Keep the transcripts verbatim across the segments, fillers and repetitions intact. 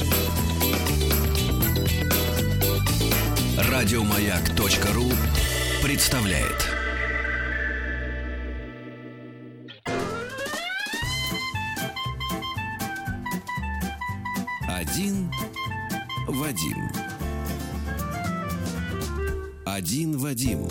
Радиомаяк.ру представляет. Один Вадим. Один Вадим.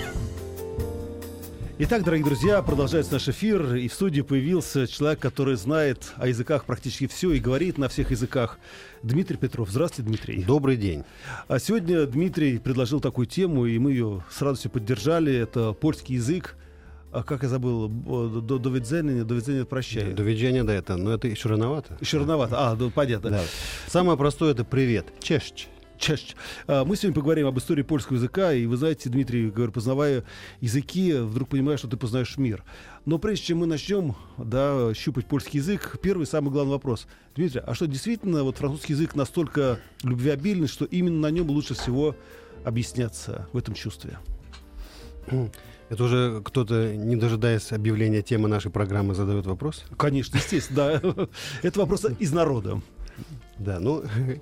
Итак, дорогие друзья, продолжается наш эфир, и в студии появился человек, который знает о языках практически все и говорит на всех языках. Дмитрий Петров. Здравствуйте, Дмитрий. Добрый день. А сегодня Дмитрий предложил такую тему, и мы ее с радостью поддержали. Это польский язык. А как я забыл, до доведения, доведения прощай. Доведения, да, это, но это еще рановато. Еще рановато. А, да, понятно. Да. Самое простое — это привет. Честь. Чаще. Мы сегодня поговорим об истории польского языка, и вы знаете, Дмитрий, говорю, познавая языки, вдруг понимаешь, что ты познаешь мир. Но прежде чем мы начнем, да, щупать польский язык, первый самый главный вопрос. Дмитрий, а что действительно вот французский язык настолько любвеобильный, что именно на нем лучше всего объясняться в этом чувстве? Это уже кто-то, не дожидаясь объявления темы нашей программы, задает вопрос? Конечно, естественно, да. Это вопрос из народа. Да, ну...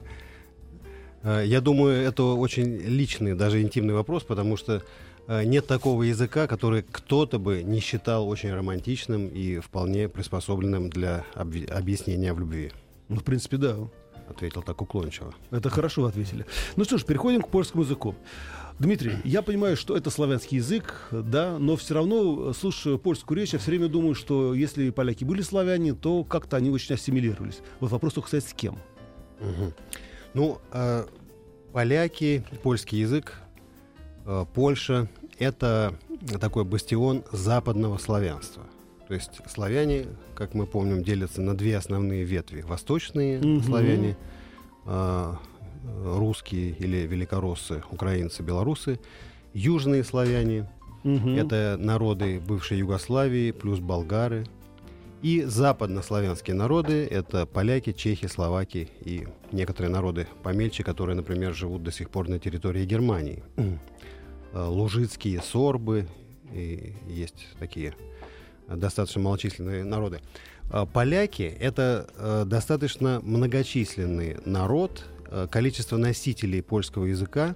Я думаю, это очень личный, даже интимный вопрос, потому что нет такого языка, который кто-то бы не считал очень романтичным и вполне приспособленным для объ... объяснения в любви. Ну, в принципе, да. Ответил так уклончиво. Это хорошо ответили. Ну что ж, переходим к польскому языку. Дмитрий, я понимаю, что это славянский язык, да, но все равно, слушая польскую речь, я все время думаю, что если поляки были славяне, то как-то они очень ассимилировались. Вот вопрос только, кстати, с кем? Угу. Ну, э, поляки, польский язык, э, Польша — это такой бастион западного славянства. То есть славяне, как мы помним, делятся на две основные ветви. Восточные mm-hmm. славяне, э, русские или великороссы, украинцы, белорусы. Южные славяне mm-hmm. — это народы бывшей Югославии плюс болгары. И западнославянские народы — это поляки, чехи, словаки и некоторые народы помельче, которые, например, живут до сих пор на территории Германии. Лужицкие сорбы, и есть такие достаточно малочисленные народы. Поляки — это достаточно многочисленный народ. Количество носителей польского языка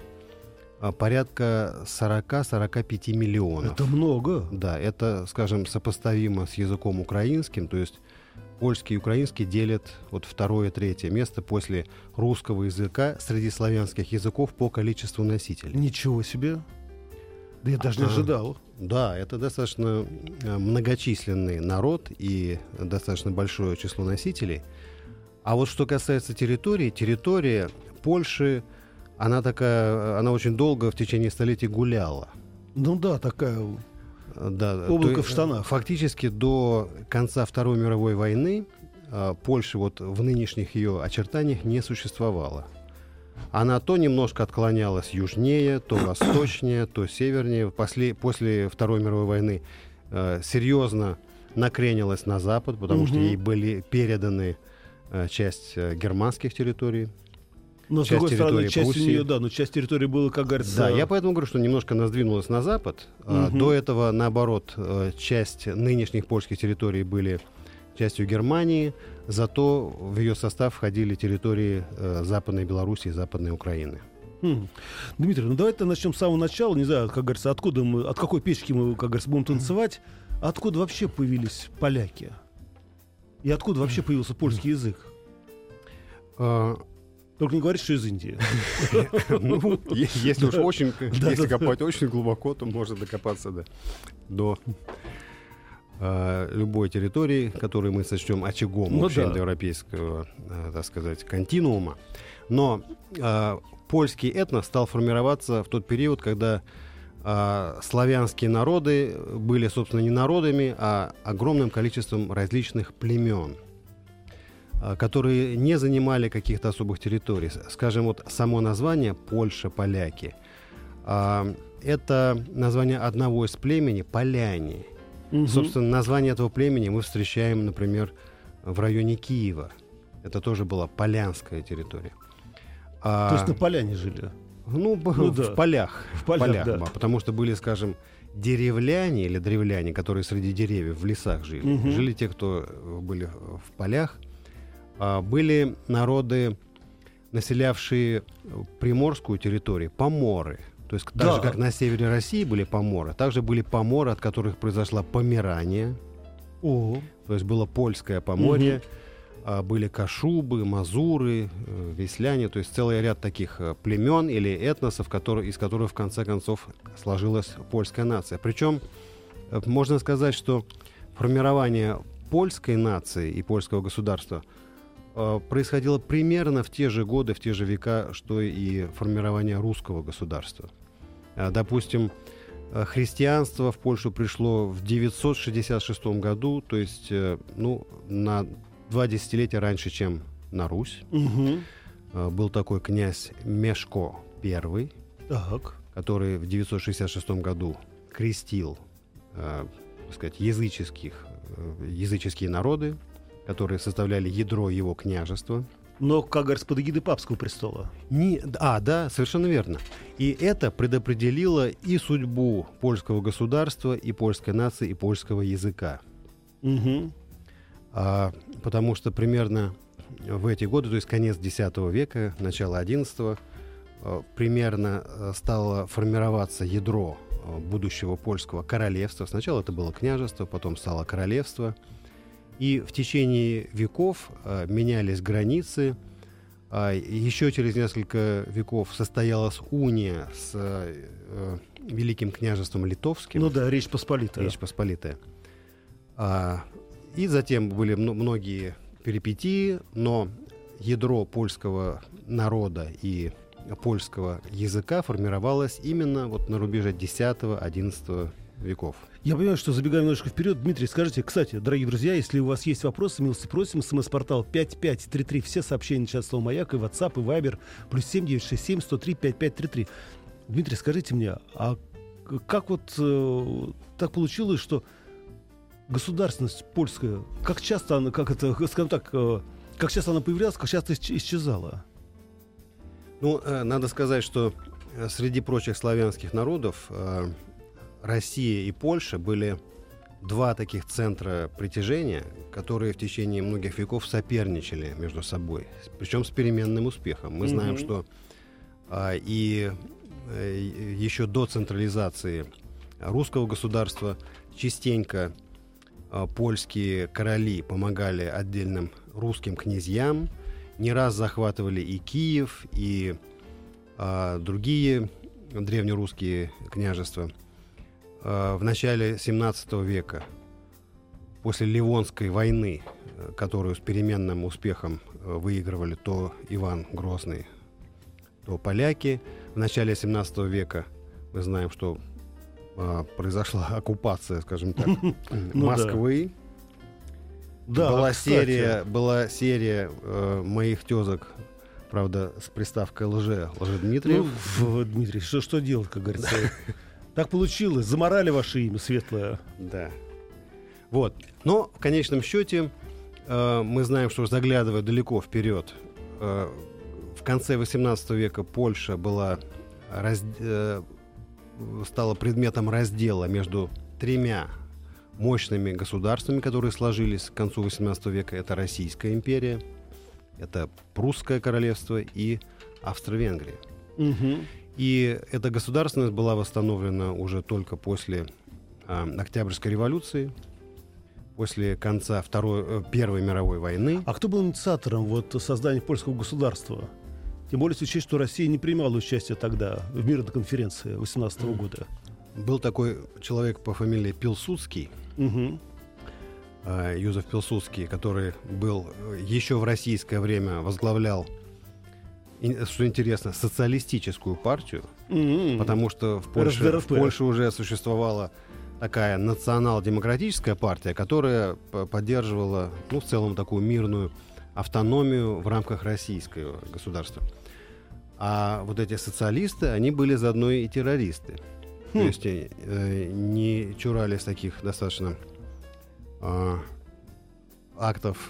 порядка сорок-сорок пять миллионов. Это много. Да, это, скажем, сопоставимо с языком украинским, то есть польский и украинский делят вот второе, третье место после русского языка среди славянских языков по количеству носителей. Ничего себе! Да я даже не ожидал. Да, это достаточно многочисленный народ и достаточно большое число носителей. А вот что касается территории, территория Польши, Она такая, она очень долго в течение столетий гуляла. Ну да, такая да, облако то, в штанах. Фактически до конца Второй мировой войны а, Польши вот в нынешних ее очертаниях не существовало. Она то немножко отклонялась южнее, то восточнее, то севернее. После, после Второй мировой войны а, серьезно накренилась на запад, потому угу. что ей были переданы а, часть а, германских территорий. Но, с другой стороны, часть у нее, да, но часть территории была, как говорится... Да, я поэтому говорю, что немножко она сдвинулась на запад. Угу. До этого, наоборот, часть нынешних польских территорий были частью Германии, зато в ее состав входили территории Западной Белоруссии и Западной Украины. Хм. Дмитрий, ну давайте начнем с самого начала. Не знаю, как говорится, откуда мы, от какой печки мы, как говорится, будем танцевать. Откуда вообще появились поляки? И откуда вообще появился польский язык? Только не говорить, что из Индии. Если уж очень, если копать очень глубоко, то можно докопаться до любой территории, которую мы сочтем очагом общеиндоевропейского, так сказать, континуума. Но польский этнос стал формироваться в тот период, когда славянские народы были, собственно, не народами, а огромным количеством различных племен, которые не занимали каких-то особых территорий. Скажем, вот само название Польша, поляки, это название одного из племени, поляне. Угу. Собственно, название этого племени мы встречаем, например, в районе Киева. Это тоже была полянская территория. То есть на поляне жили? Ну, ну в да. полях. В полях, полях да. Потому что были, скажем, деревляне или древляне, которые среди деревьев в лесах жили. Угу. Жили те, кто были в полях. Были народы населявшие приморскую территорию, поморы. То есть так Да. же, как на севере России были поморы, также были поморы, от которых произошла Померания. О, То есть было польское Поморье, а, были кашубы, мазуры, э, весляне, то есть целый ряд таких э, племен или этносов, которые, из которых в конце концов сложилась польская нация. Причем э, можно сказать, что формирование польской нации и польского государства э, происходило примерно в те же годы, в те же века, что и формирование русского государства. А, допустим, э, христианство в Польшу пришло в девятьсот шестьдесят шестом году, то есть э, ну, на два десятилетия раньше, чем на Русь. угу. Э, был такой князь Мешко I, Так. который в девятьсот шестьдесят шестом году крестил, э, так сказать, языческих, э, языческие народы, которые составляли ядро его княжества. Но, как говорится, под эгидой папского престола. Не, а, да, совершенно верно. И это предопределило и судьбу польского государства, и польской нации, и польского языка. Угу. А, потому что примерно в эти годы, то есть конец десятого века, начало одиннадцатого, а, примерно а, стало формироваться ядро а, будущего польского королевства. Сначала это было княжество, потом стало королевство. И в течение веков а, менялись границы. А, еще через несколько веков состоялась уния с а, а, Великим княжеством Литовским. Ну да, Речь Посполитая. Речь Посполитая. А, и затем были м- многие перипетии, но ядро польского народа и польского языка формировалось именно вот на рубеже десятого-одиннадцатого веков. Я понимаю, что забегаем немножко вперед. Дмитрий, скажите, кстати, дорогие друзья, если у вас есть вопросы, милости просим, смс-портал пять пять три три, все сообщения начинают слово «Маяк», и WhatsApp, и Viber, плюс семь девятьсот шестьдесят семь сто три пятьдесят пять тридцать три. Дмитрий, скажите мне, а к- как вот э, так получилось, что государственность польская, как часто она, как это, скажем так, э, как часто она появлялась, как часто исч- исчезала? Ну, э, надо сказать, что э, среди прочих славянских народов э, Россия и Польша были два таких центра притяжения, которые в течение многих веков соперничали между собой, причем с переменным успехом. Мы знаем, Мгм. что а, и э, еще до централизации русского государства частенько а, польские короли помогали отдельным русским князьям, не раз захватывали и Киев, и а, другие древнерусские княжества. В начале семнадцатого века, после Ливонской войны, которую с переменным успехом выигрывали то Иван Грозный, то поляки, в начале семнадцатого века мы знаем, что а, произошла оккупация, скажем так, Москвы. Да, была, кстати. серия, была серия э, моих тезок, правда, с приставкой лже, Лжедмитриев. Ну, в- Дмитрий, что, что делать, как говорится? Так получилось, заморали ваше имя светлое. Да. Вот. Но в конечном счете э, мы знаем, что заглядывая далеко вперед, э, в конце восемнадцатого века Польша была раз, э, стала предметом раздела между тремя мощными государствами, которые сложились к концу восемнадцатого века. Это Российская империя, это Прусское королевство и Австро-Венгрия. Угу. И эта государственность была восстановлена уже только после э, Октябрьской революции, после конца Второй, э, Первой мировой войны. А кто был инициатором вот, создания польского государства? Тем более, если учесть, что Россия не принимала участие тогда в мирной конференции восемнадцатого года. Был такой человек по фамилии Пилсудский, Угу. э, Юзеф Пилсудский, который был э, еще в российское время возглавлял, и, что интересно, социалистическую партию, М-м. потому что в Польше, эр эс дэ эр эф в пэ. Польше уже существовала такая национал-демократическая партия, которая п- поддерживала, ну, в целом, такую мирную автономию в рамках российского государства. А вот эти социалисты, они были заодно и террористы. Хм. То есть э, не чурались таких достаточно э, актов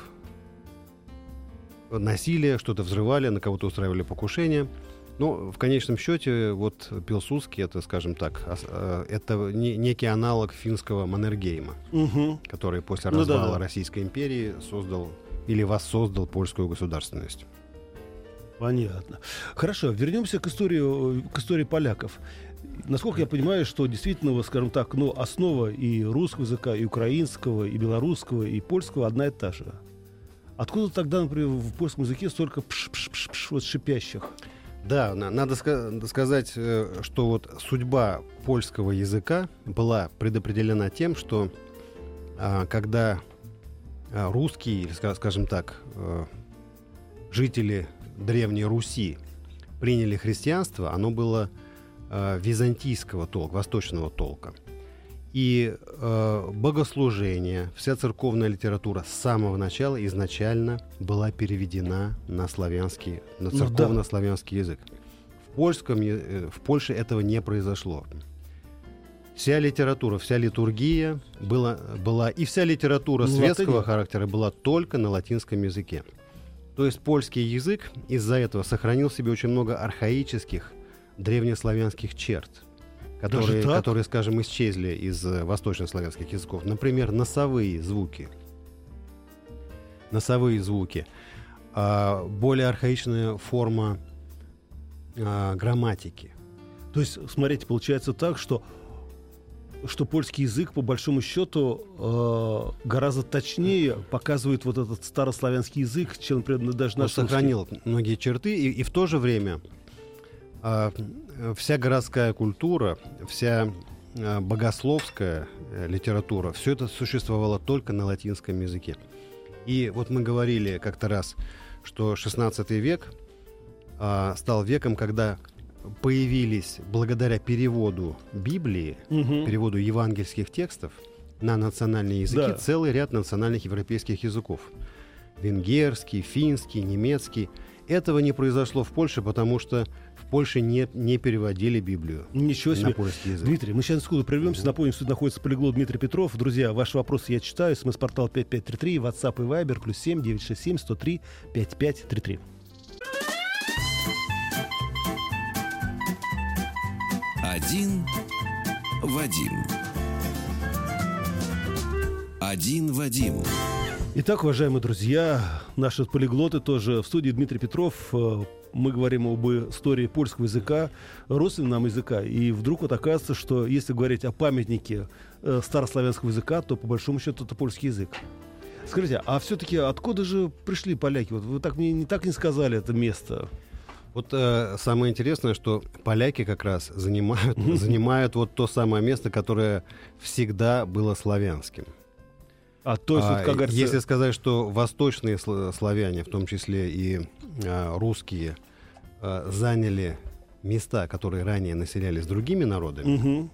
насилия, что-то взрывали, на кого-то устраивали покушения. Но в конечном счете вот Пилсудский, это, скажем так, ос- э, это не- некий аналог финского Маннергейма, Мгм. который после Ну да, развала да. Российской империи создал или воссоздал польскую государственность. Понятно. Хорошо, вернемся к истории, к истории поляков. Насколько я понимаю, что действительно, вот, скажем так, ну, основа и русского языка, и украинского, и белорусского, и польского одна и та же. Откуда тогда, например, в польском языке столько пш-пш-пш-пш вот шипящих? Да, на- надо ска- сказать, э, что вот судьба польского языка была предопределена тем, что а, когда а, русские, или, ска- скажем так, э, жители Древней Руси приняли христианство, оно было э, византийского толка, восточного толка. И э, богослужение, вся церковная литература с самого начала изначально была переведена на славянский, на Ну да. церковно-славянский язык. В польском, я- э, в Польше этого не произошло. Вся литература, вся литургия была, была и вся литература На светского латыни. характера была только на латинском языке. То есть польский язык из-за этого сохранил в себе очень много архаических древнеславянских черт, которые, так? которые, скажем, исчезли из э, восточнославянских языков. Например, носовые звуки. Носовые звуки. А, более архаичная форма а, грамматики. То есть, смотрите, получается так, что, что польский язык, по большому счету, э, гораздо точнее показывает вот этот старославянский язык, чем, например, даже Он наш русский. сохранил многие черты, и, и в то же время а, вся городская культура, вся а, богословская э, литература, все это существовало только на латинском языке. И вот мы говорили как-то раз, что шестнадцатый век а, стал веком, когда появились, благодаря переводу Библии, Мгм. переводу евангельских текстов на национальные языки, Да. целый ряд национальных европейских языков. Венгерский, финский, немецкий. Этого не произошло в Польше, потому что в Польше не, не переводили Библию Ничего на себе. польский язык. Дмитрий, мы сейчас секунду прервемся. Напомним, что находится полиглот Дмитрий Петров. Друзья, ваши вопросы я читаю. СМС-портал пять пять три три, WhatsApp и Viber, плюс семь девятьсот шестьдесят семь сто три пятьдесят пять тридцать три. Один Вадим. Один Вадим. Итак, уважаемые друзья, наши полиглоты тоже в студии Дмитрий Петров. Э, Мы говорим об истории польского языка, родственного нам языка. И вдруг вот оказывается, что если говорить о памятнике э, старославянского языка, то по большому счету это польский язык. Скажите, а все-таки откуда же пришли поляки? Вот вы так мне не так не сказали это место. Вот э, самое интересное, что поляки как раз занимают, занимают вот то самое место, которое всегда было славянским. А то есть, А, вот, как говорится, Если сказать, что восточные сл- славяне, в том числе и а, русские, а, заняли места, которые ранее населялись другими народами, Мгм.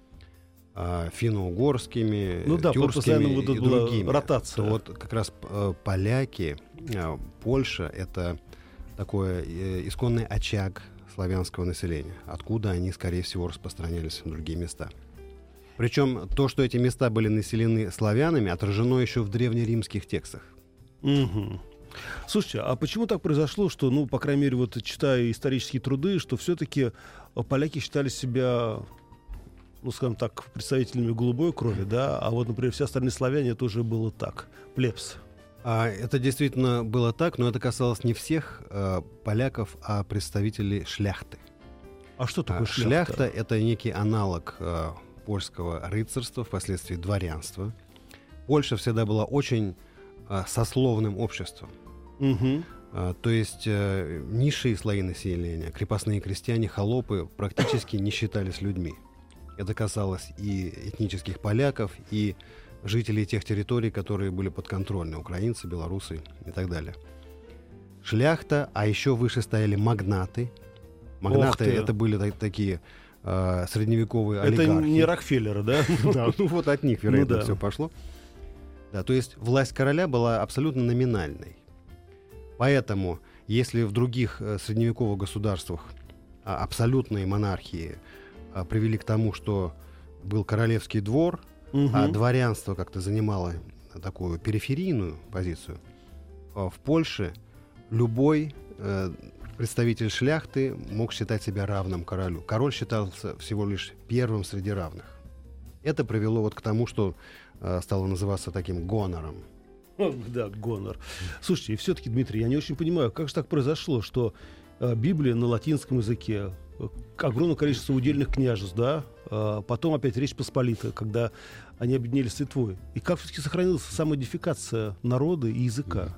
а, финно-угорскими, Ну да, тюркскими постоянно вот и тут была другими, ротация. то вот как раз э, поляки, а, Польша — это такой э, исконный очаг славянского населения, откуда они, скорее всего, распространялись в другие места. Причем то, что эти места были населены славянами, отражено еще в древнеримских текстах. Мгм. Слушайте, а почему так произошло, что, ну, по крайней мере, вот читая исторические труды, что все-таки поляки считали себя, ну, скажем так, представителями голубой крови, да, а вот, например, все остальные славяне, это уже было так, плебс. А это действительно было так, но это касалось не всех э, поляков, а представителей шляхты. А что такое А шляхта? шляхта — это некий аналог э, польского рыцарства, впоследствии дворянства. Польша всегда была очень э, сословным обществом. Мгм. А, то есть э, низшие слои населения, крепостные крестьяне, холопы практически не считались людьми. Это касалось и этнических поляков, и жителей тех территорий, которые были подконтрольны, украинцы, белорусы и так далее. Шляхта, а еще выше стояли магнаты. Магнаты — ты. это были та- такие э, средневековые Это олигархи. не Рокфеллеры, да? Да, ну вот от них, вероятно, Ну да. все пошло. Да, то есть власть короля была абсолютно номинальной. Поэтому, если в других э, средневековых государствах а, абсолютные монархии а, привели к тому, что был королевский двор, Мгм. а дворянство как-то занимало такую периферийную позицию, а в Польше любой э, представитель шляхты мог считать себя равным королю. Король считался всего лишь первым среди равных. Это привело вот к тому, что э, стало называться таким гонором. Да, гонор. Слушайте, и все-таки, Дмитрий, я не очень понимаю, как же так произошло, что э, Библия на латинском языке, э, огромное количество удельных княжеств, да, э, потом опять Речь Посполитая, когда они объединились с Литвой. И как все-таки сохранилась самоидентификация народа и языка?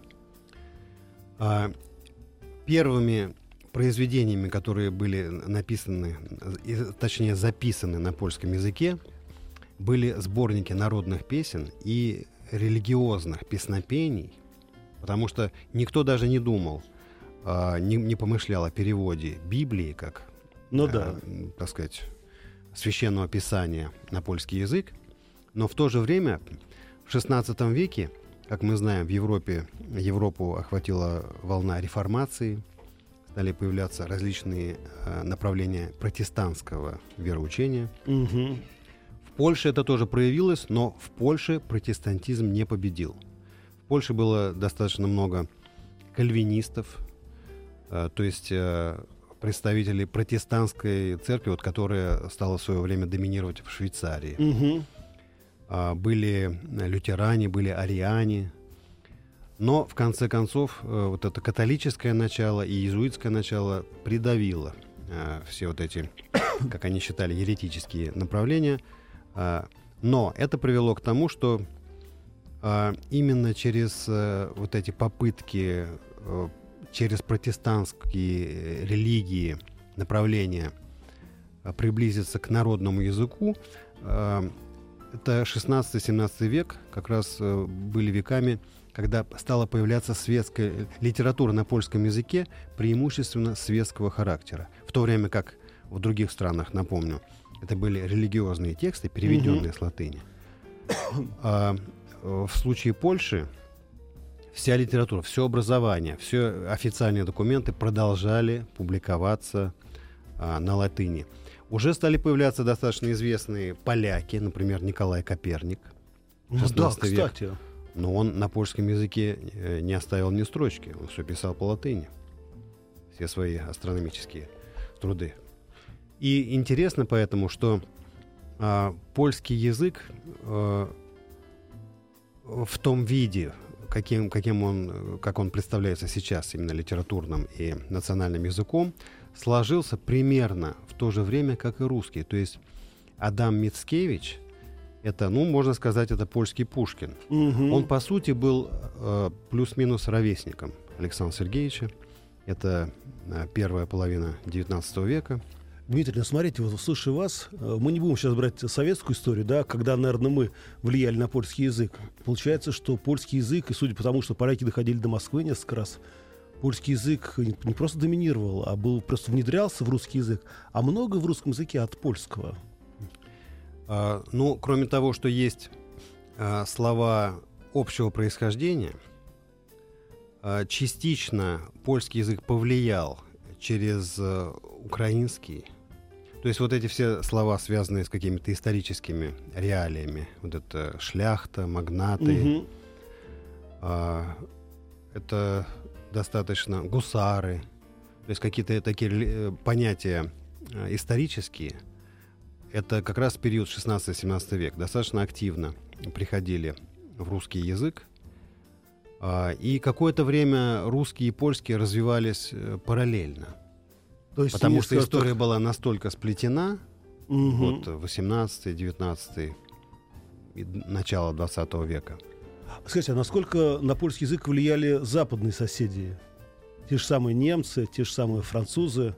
А, первыми произведениями, которые были написаны, точнее записаны на польском языке, были сборники народных песен и религиозных песнопений, потому что никто даже не думал, а, не, не помышлял о переводе Библии как, ну, а, да. так сказать, священного писания на польский язык. Но в то же время в шестнадцатом веке, как мы знаем, в Европе, Европу охватила волна реформации, стали появляться различные э, направления протестантского вероучения. Угу. В Польше это тоже проявилось, но в Польше протестантизм не победил. В Польше было достаточно много кальвинистов, э, то есть э, представителей протестантской церкви, вот, которая стала в свое время доминировать в Швейцарии. Угу. Э, были лютеране, были ариане. Но, в конце концов, э, вот это католическое начало и иезуитское начало придавило э, все вот эти, как они считали, еретические направления. Э, но это привело к тому, что э, именно через э, вот эти попытки, э, через протестантские религии, направления э, приблизиться к народному языку, э, это шестнадцатый-семнадцатый век, как раз э, были веками, когда стала появляться светская литература на польском языке, преимущественно светского характера. В то время как в других странах, напомню, это были религиозные тексты, переведенные mm-hmm. с латыни. А в случае Польши вся литература, все образование, все официальные документы продолжали публиковаться а, на латыни. Уже стали появляться достаточно известные поляки, например, Николай Коперник. Ну да, кстати. Век. Но он на польском языке не оставил ни строчки. Он все писал по латыни. Все свои астрономические труды. И интересно поэтому, что а, польский язык а, в том виде, каким, каким он, как он представляется сейчас именно литературным и национальным языком, сложился примерно в то же время, как и русский. То есть Адам Мицкевич — это, ну, можно сказать, это польский Пушкин. Угу. Он, по сути, был э, плюс-минус ровесником Александра Сергеевича. Это э, первая половина девятнадцатого века. Дмитрий, ну смотрите, вот слушая вас, мы не будем сейчас брать советскую историю, да, когда, наверное, мы влияли на польский язык. Получается, что польский язык, и судя по тому, что поляки доходили до Москвы несколько раз, польский язык не просто доминировал, а был просто внедрялся в русский язык. А много в русском языке от польского? Uh, ну, кроме того, что есть uh, слова общего происхождения, uh, частично польский язык повлиял через uh, украинский. То есть вот эти все слова, связанные с какими-то историческими реалиями, вот это шляхта, магнаты, Mm-hmm. uh, это достаточно гусары, то есть какие-то такие uh, понятия uh, исторические. Это как раз период шестнадцатый-семнадцатый век. Достаточно активно приходили в русский язык. И какое-то время русский и польский развивались параллельно. То есть потому что история так... была настолько сплетена, угу. вот восемнадцатый, девятнадцатый, начало двадцатого века. Скажите, а насколько на польский язык влияли западные соседи? Те же самые немцы, те же самые французы?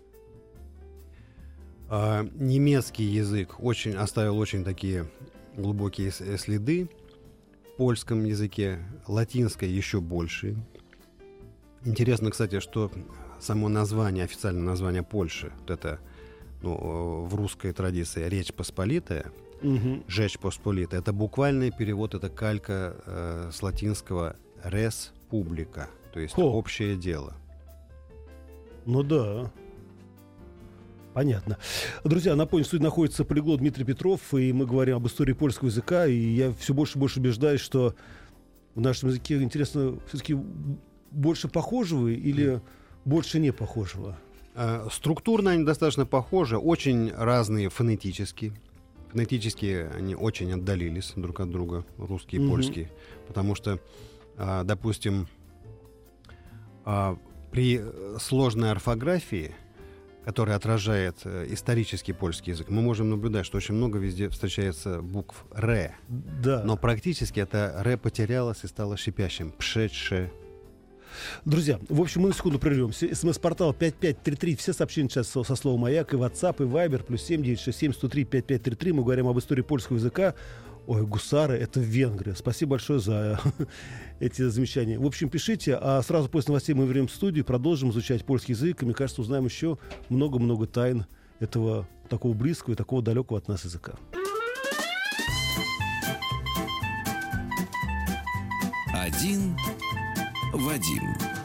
Uh, немецкий язык очень, оставил очень такие глубокие следы в польском языке, латинское еще больше. Интересно, кстати, что само название, официальное название Польши, вот это, ну, в русской традиции Речь Посполитая, угу. Жечь Посполитая, это буквальный перевод, это калька э, с латинского «res publica», то есть О. общее дело. Ну да. Понятно. Друзья, напомню, в студии находится полиглот Дмитрий Петров, и мы говорим об истории польского языка, и я все больше и больше убеждаюсь, что в нашем языке, интересно, все-таки больше похожего или больше не похожего? Структурно они достаточно похожи, очень разные фонетически. Фонетически они очень отдалились друг от друга, русский и Угу. польский, потому что а, допустим, а, при сложной орфографии, которая отражает э, исторический польский язык, мы можем наблюдать, что очень много везде встречается букв «ре». Да. Но практически это «ре» потерялось и стало шипящим. «Пшедше». Друзья, в общем, мы на секунду прервемся. СМС-портал пять пять три три. Все сообщения сейчас со, со словом «Маяк», и WhatsApp, и Viber, плюс семь девятьсот шестьдесят семь сто три пятьдесят пять тридцать три. Мы говорим об истории польского языка. Ой, гусары — это в Венгрии. Спасибо большое за эти замечания. В общем, пишите, а сразу после новостей мы вернемся в студию, продолжим изучать польский язык, и, мне кажется, узнаем еще много-много тайн этого такого близкого и такого далекого от нас языка. Один Вадим.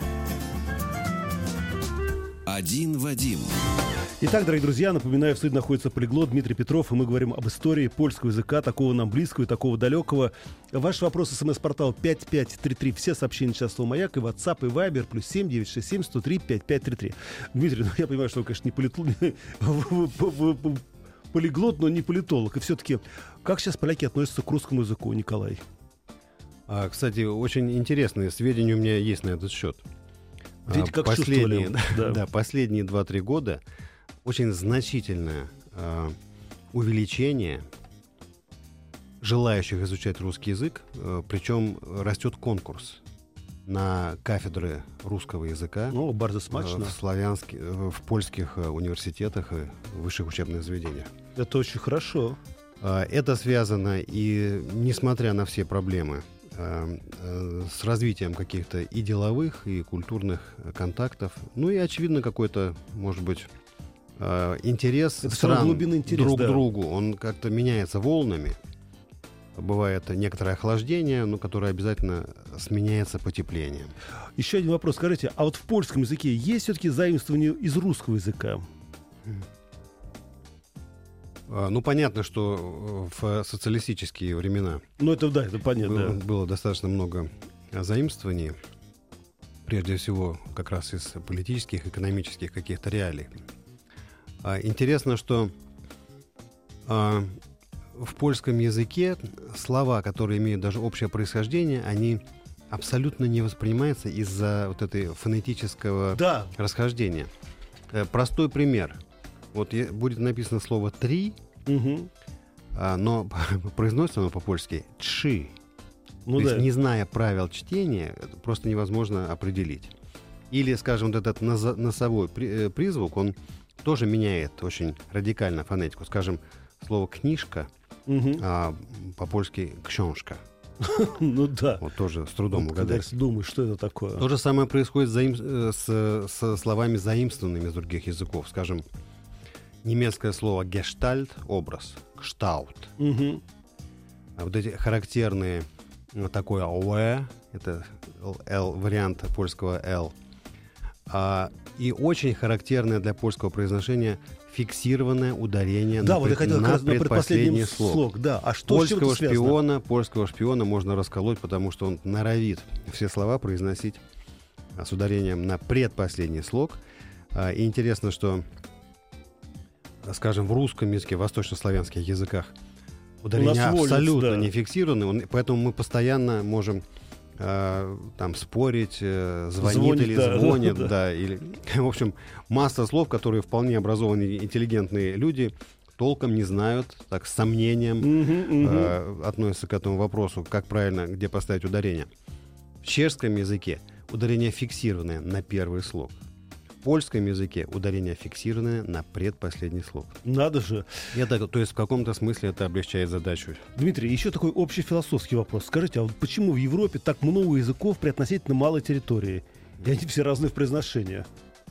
Один Вадим. Итак, дорогие друзья, напоминаю, в студии находится полиглот Дмитрий Петров, и мы говорим об истории польского языка, такого нам близкого и такого далекого. Ваши вопросы, смс-портал пять пять три три. Все сообщения сейчас слово «Маяк», и WhatsApp, и Viber, плюс семь девятьсот шестьдесят семь сто три пятьдесят пять тридцать три. Дмитрий, ну я понимаю, что вы, конечно, не политолог, полиглот, но не политолог. И все-таки, как сейчас поляки относятся к русскому языку, Николай? А, кстати, очень интересные сведения у меня есть на этот счет. Видите, как последние, чувствовали. Да. Да, последние два-три года очень значительное э, увеличение желающих изучать русский язык, э, причем растет конкурс на кафедры русского языка. Ну, bardzo смачно. Э, в славянских, э, в польских э, университетах и высших учебных заведениях. Это очень хорошо. Э, это связано и, несмотря на все проблемы, с развитием каких-то и деловых, и культурных контактов. Ну и, очевидно, какой-то, может быть, интерес Это стран интерес, друг да. к другу. Он как-то меняется волнами. Бывает некоторое охлаждение, но которое обязательно сменяется потеплением. Еще один вопрос. Скажите, а вот в польском языке есть все-таки заимствование из русского языка? Ну, понятно, что в социалистические времена Ну, это да, это понятно. было, Да. было достаточно много заимствований, прежде всего как раз из политических, экономических каких-то реалий. А, интересно, что а, в польском языке слова, которые имеют даже общее происхождение, они абсолютно не воспринимаются из-за вот этой фонетического Да. расхождения. Э, простой пример. Вот е- будет написано слово «три», Угу. а, но произносится оно по-польски «чи». Ну То да. есть, не зная правил чтения, это просто невозможно определить. Или, скажем, вот этот нозо- носовой при- э, призвук, он тоже меняет очень радикально фонетику. Скажем, слово «книжка», Мгм. а по-польски «ксёншка». Ну да. Вот тоже с трудом Вот когда угадать. думаешь, что это такое. То же самое происходит с, заим- э, с- со словами, заимствованными из других языков. Скажем, немецкое слово «гештальт» — образ, «кштаут». Мгм. А вот эти характерные, вот такое «ое», это L, вариант польского «л», а, и очень характерное для польского произношения фиксированное ударение Да, на, вот я пред- хотел как на раз на предпоследний предпоследний слог. слог. Да. А что с чем Польского это связано? шпиона, польского шпиона можно расколоть, потому что он норовит все слова произносить а, с ударением на предпоследний слог. А, и интересно, что, скажем, в русском языке, в восточнославянских языках ударения нас волец, абсолютно да. не фиксированы, он- поэтому мы постоянно можем а, там спорить, э, звонит Звонит, или да, звонит, да. да, или, в общем, масса слов, которые вполне образованные, интеллигентные люди толком не знают, так с сомнением Мгм, мгм. э, относятся к этому вопросу, как правильно, где поставить ударение. В чешском языке ударение фиксированное на первый слог. В польском языке ударение фиксированное на предпоследний слог. Надо же. Это, то есть в каком-то смысле это облегчает задачу. Дмитрий, еще такой общефилософский вопрос. Скажите, а вот почему в Европе так много языков при относительно малой территории? И они все разные в произношении.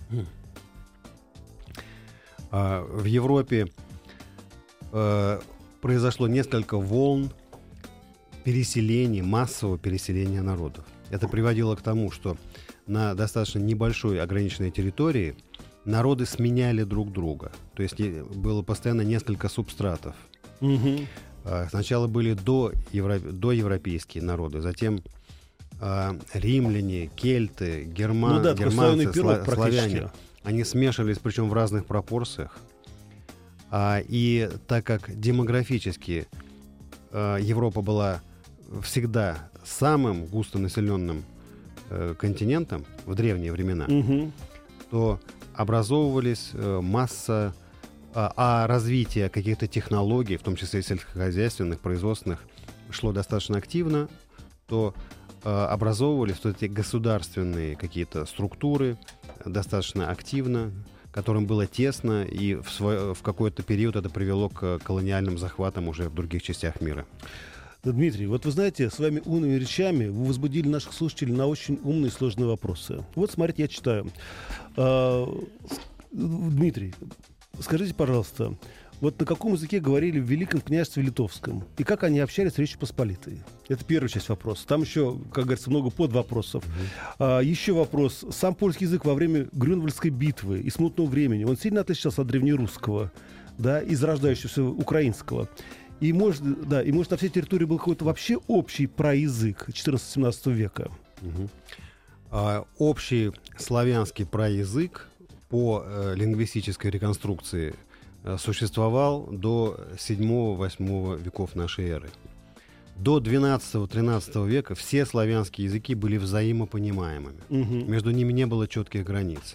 А, в Европе э, произошло несколько волн переселений, массового переселения народов. Это приводило к тому, что на достаточно небольшой ограниченной территории народы сменяли друг друга. То есть и было постоянно несколько субстратов. Мгм. А, Сначала были до евро- доевропейские народы, затем а, римляне, кельты, герма- Ну да, такой германцы, славянный пирог сла- практически. славяне. Они смешивались, причем в разных пропорциях. А, и так как демографически а, Европа была всегда самым густонаселенным э, континентом в древние времена, Угу. то образовывались э, масса, а, а развитие каких-то технологий, в том числе сельскохозяйственных, производственных, шло достаточно активно, то э, образовывались вот эти государственные какие-то структуры достаточно активно, которым было тесно, и в, свой, в какой-то период это привело к колониальным захватам уже в других частях мира. Дмитрий, вот вы знаете, своими умными речами вы возбудили наших слушателей на очень умные и сложные вопросы. Вот смотрите, я читаю. А, Дмитрий, скажите, пожалуйста, вот на каком языке говорили в Великом княжестве Литовском? И как они общались с Речью Посполитой? Это первая часть вопроса. Там еще, как говорится, много подвопросов. Mm-hmm. А, еще вопрос. Сам польский язык во время Грюнвальдской битвы и смутного времени, он сильно отличался от древнерусского, да, и зарождающегося украинского. И может, да, и может на всей территории был какой-то вообще общий проязык четырнадцатого-семнадцатого века? Mm-hmm. А, общий славянский проязык по э, лингвистической реконструкции существовал до седьмого-восьмого веков нашей эры. До двенадцатого-тринадцатого века все славянские языки были взаимопонимаемыми. Угу. Между ними не было четких границ.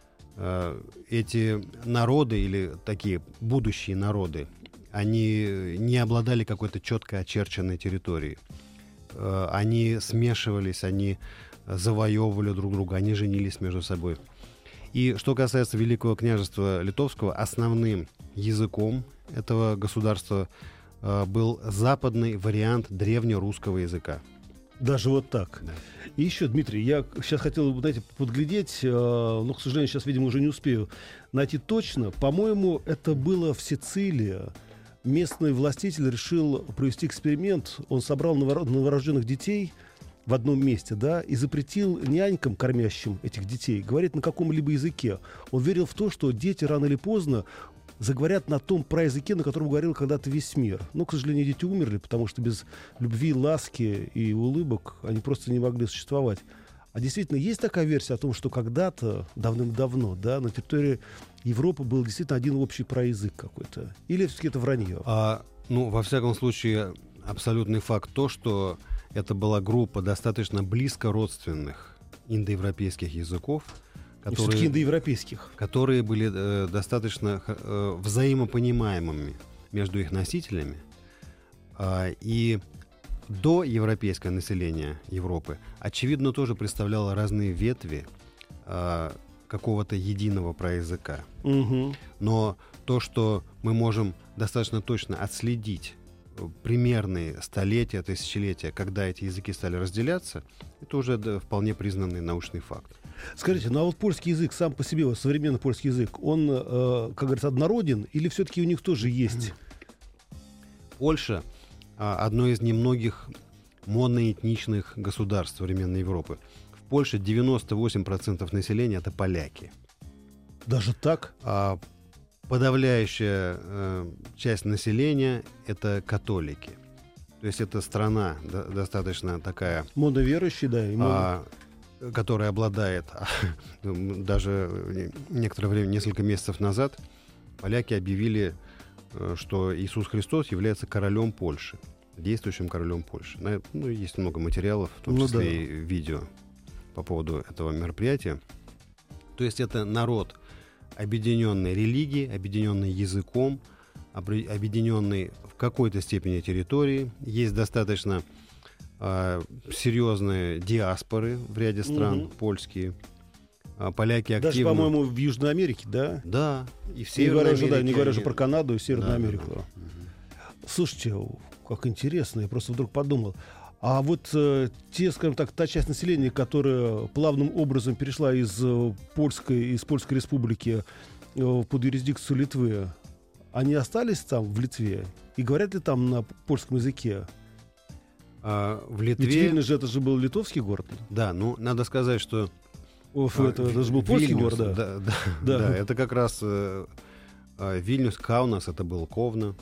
Эти народы или такие будущие народы, они не обладали какой-то четко очерченной территорией. Они смешивались, они завоевывали друг друга, они женились между собой. И что касается Великого княжества Литовского, основным языком этого государства э, был западный вариант древнерусского языка. Даже вот так. Да. И еще, Дмитрий, я сейчас хотел, знаете, подглядеть, э, но, к сожалению, сейчас, видимо, уже не успею найти точно. По-моему, это было в Сицилии. Местный властитель решил провести эксперимент. Он собрал новор- новорожденных детей в одном месте, да, и запретил нянькам, кормящим этих детей, говорить на каком-либо языке. Он верил в то, что дети рано или поздно заговорят на том праязыке, на котором говорил когда-то весь мир. Но, к сожалению, дети умерли, потому что без любви, ласки и улыбок они просто не могли существовать. А действительно, есть такая версия о том, что когда-то, давным-давно, да, на территории Европы был действительно один общий праязык какой-то? Или все-таки это вранье? А, ну, во всяком случае, абсолютный факт то, что это была группа достаточно близко родственных индоевропейских языков, которые, индоевропейских. которые были э, достаточно э, взаимопонимаемыми между их носителями. А, и доевропейское население Европы, очевидно, тоже представляло разные ветви а, какого-то единого праязыка. Угу. Но то, что мы можем достаточно точно отследить примерные столетия, тысячелетия, когда эти языки стали разделяться, это уже да, вполне признанный научный факт. Скажите, ну а вот польский язык сам по себе, вот современный польский язык, он, э, как говорится, однороден или все-таки у них тоже есть? Польша а, одно из немногих моноэтничных государств современной Европы. В Польше девяносто восемь процентов населения — это поляки. Даже так? А подавляющая э, часть населения — это католики. То есть это страна до, достаточно такая... Моноверующие, да. И моно... а, которая обладает... Даже некоторое время, несколько месяцев назад, поляки объявили, что Иисус Христос является королем Польши, действующим королем Польши. Ну, есть много материалов, в том числе ну, да. и видео по поводу этого мероприятия. То есть это народ, объединенный религией, объединенный языком, объединенный в какой-то степени территорией. Есть достаточно э, серьезные диаспоры в ряде стран, угу. польские. А поляки активно... Даже, по-моему, в Южной Америке, да? Да. И в Северной не Америке. Да, не говоря они... же про Канаду и Северную да, Америку. Да, да. Угу. Слушайте, как интересно, я просто вдруг подумал. А вот э, те, скажем так, та часть населения, которая плавным образом перешла из э, Польской, из Польской республики э, под юрисдикцию Литвы, они остались там, в Литве? И говорят ли там на польском языке? А, в Литве... Ведь Вильнюс же это же был литовский город. Да, ну, надо сказать, что... Оф, а, это, это же был польский Вильнюс, город, да. Да, да, да, это как раз э, э, Вильнюс, Каунас, это был Ковна.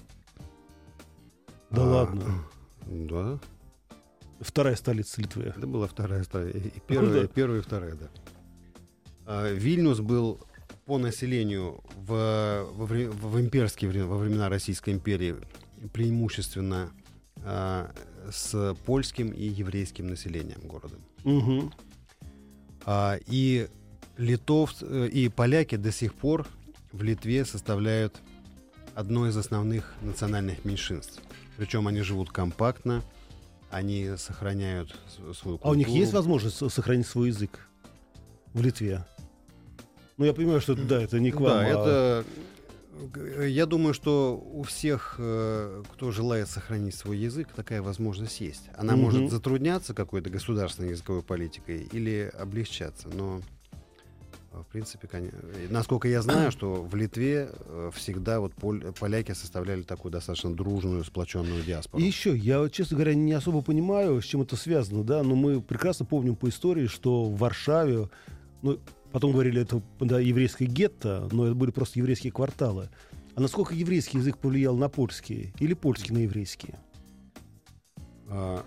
Да а, да. Да. Вторая столица Литвы. Это была вторая столица. И первая, ну, да. первая и вторая, да. А, Вильнюс был по населению в, во, в имперские времена, во времена Российской империи преимущественно а, с польским и еврейским населением города. Угу. А, и литовцы и поляки до сих пор в Литве составляют одно из основных национальных меньшинств. Причем они живут компактно, они сохраняют с- свою культуру. А у них есть возможность с- сохранить свой язык в Литве? Ну, я понимаю, что да, это не к вам. Да, а- это... г- Я думаю, что у всех, э, кто желает сохранить свой язык, такая возможность есть. Она Мгм. может затрудняться какой-то государственной языковой политикой или облегчаться, но э, в принципе, коне- э, насколько я знаю, что в Литве э, всегда вот поль- поляки составляли такую достаточно дружную, сплоченную диаспору. И еще, я, вот, честно говоря, не особо понимаю, с чем это связано, да, но мы прекрасно помним по истории, что в Варшаве, ну, потом говорили, это да, еврейское гетто, но это были просто еврейские кварталы. А насколько еврейский язык повлиял на польский или польский на еврейский? А,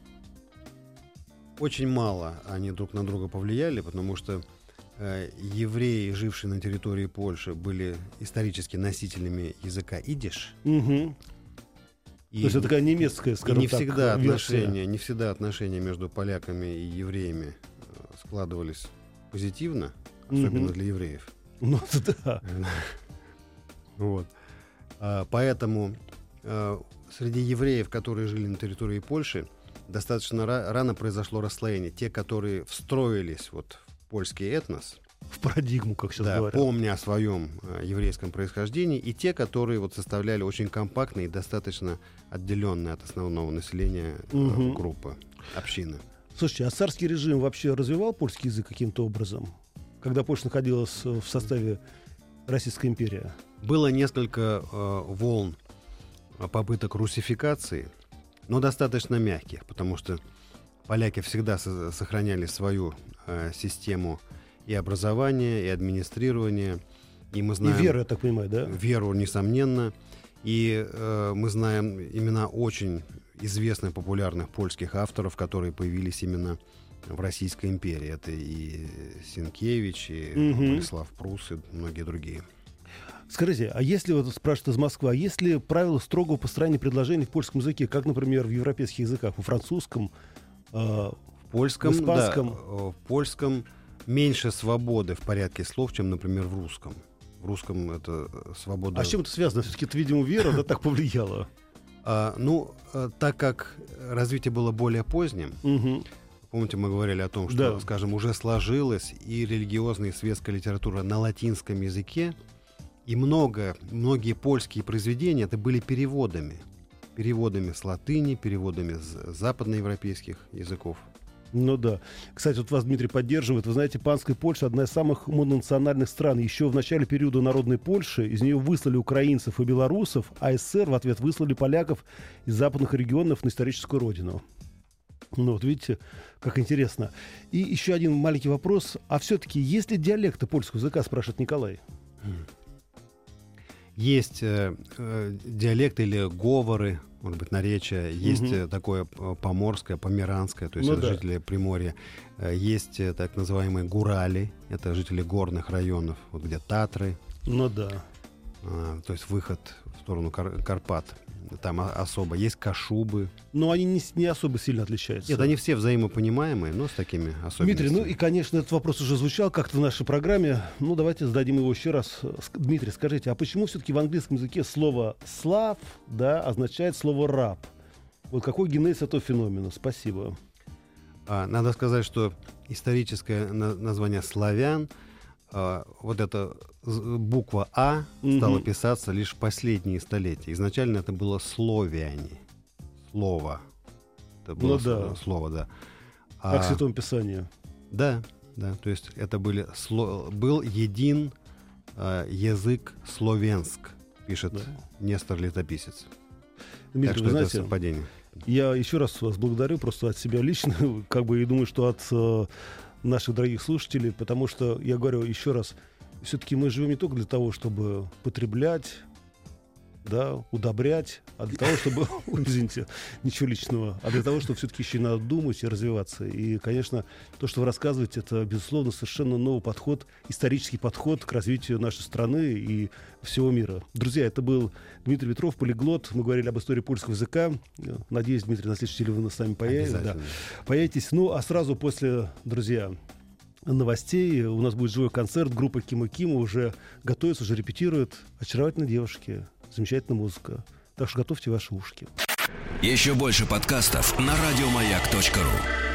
Очень мало они друг на друга повлияли, потому что э, евреи, жившие на территории Польши, были исторически носителями языка идиш. Угу. И, То есть это такая немецкая, и скажем не так, всегда версия. отношения, не всегда отношения между поляками и евреями э, складывались позитивно, особенно Мгм. для евреев. Ну, это да. Вот. А, Поэтому э, среди евреев, которые жили на территории Польши, достаточно ра- рано произошло расслоение. Те, которые встроились вот в польский этнос, В парадигму, как сейчас да, говорят. помня о своем э, еврейском происхождении, и те, которые вот составляли очень компактные и достаточно отделенные от основного населения э, Мгм. группы, общины. Слушайте, а царский режим вообще развивал польский язык каким-то образом, когда Польша находилась э, в составе Российской империи? Было несколько э, волн э, попыток русификации, но достаточно мягких, потому что поляки всегда со- сохраняли свою э, систему и образования, и администрирования. И мы И знаем вера, я так понимаю, да? веру, несомненно. И э, мы знаем имена очень известных популярных польских авторов, которые появились именно в Российской империи. Это и Сенкевич, и Мгм. Болеслав Прус, и многие другие. Скажите, а если, вот спрашивают из Москвы, а есть ли правила строгого построения предложений в польском языке, как, например, в европейских языках, во французском, э, В польском, В испанском? да, э, в польском меньше свободы в порядке слов, чем, например, в русском. В русском это э, свобода... а с чем это связано? Все-таки это, видимо, вера, да, так повлияла. А, ну, э, так как развитие было более поздним, Мгм. помните, мы говорили о том, что, Да. скажем, уже сложилась и религиозная, и светская литература на латинском языке, и много, многие польские произведения это были переводами. Переводами с латыни, переводами с западноевропейских языков. Ну да. Кстати, вот вас Дмитрий поддерживает. Вы знаете, панская Польша одна из самых мононациональных стран. Еще в начале периода народной Польши из нее выслали украинцев и белорусов, а СССР в ответ выслали поляков из западных регионов на историческую родину. Ну вот видите, как интересно. И еще один маленький вопрос. А все-таки есть ли диалекты польского языка, спрашивает Николай. Есть э, э, диалекты или говоры, может быть, наречия. Есть Мгм. э, такое э, поморское, померанское, то есть Ну это да. жители Приморья. Э, есть э, так называемые гурали, это жители горных районов, вот где Татры, Ну да. э, то есть выход в сторону Кар- Карпат. Там о- особо. Есть кашубы. Но они не, с- не особо сильно отличаются. Нет, они все взаимопонимаемые, но с такими особенностями. Дмитрий, ну и, конечно, этот вопрос уже звучал как-то в нашей программе. Ну, давайте зададим его еще раз. Ск- Дмитрий, скажите, а почему все-таки в английском языке слово «слав», да, означает слово «раб»? Вот какой генез этого феномена? Спасибо. А, надо сказать, что историческое на- название славян, а, вот эта з- буква А Мгм. стала писаться лишь в последние столетия. Изначально это было словяне. Слово. Это было Ну да. с- слово, да. Как в А, Святом Писании. да, да. То есть это были сло- был един а, язык словенск, пишет Да. Нестор Летописец. Дмитрий, так что вы это знаете, совпадение. я еще раз вас благодарю просто от себя лично, как бы и думаю, что от э, наших дорогих слушателей, потому что, я говорю еще раз, все-таки мы живем не только для того, чтобы потреблять, да, удобрять, а для того, чтобы, извините, ничего личного, а для того, чтобы все-таки еще и надо думать и развиваться. И, конечно, то, что вы рассказываете, это, безусловно, совершенно новый подход, исторический подход к развитию нашей страны и всего мира. Друзья, это был Дмитрий Ветров, полиглот. Мы говорили об истории польского языка. Надеюсь, Дмитрий, на следующей неделе вы с нами появитесь. Да. Появитесь. Ну, а сразу после, друзья, новостей у нас будет живой концерт. Группа Кима Кима уже готовится, уже репетирует. Очаровательные девушки, замечательная музыка. Так что готовьте ваши ушки. Еще больше подкастов на радиомаяк точка ру.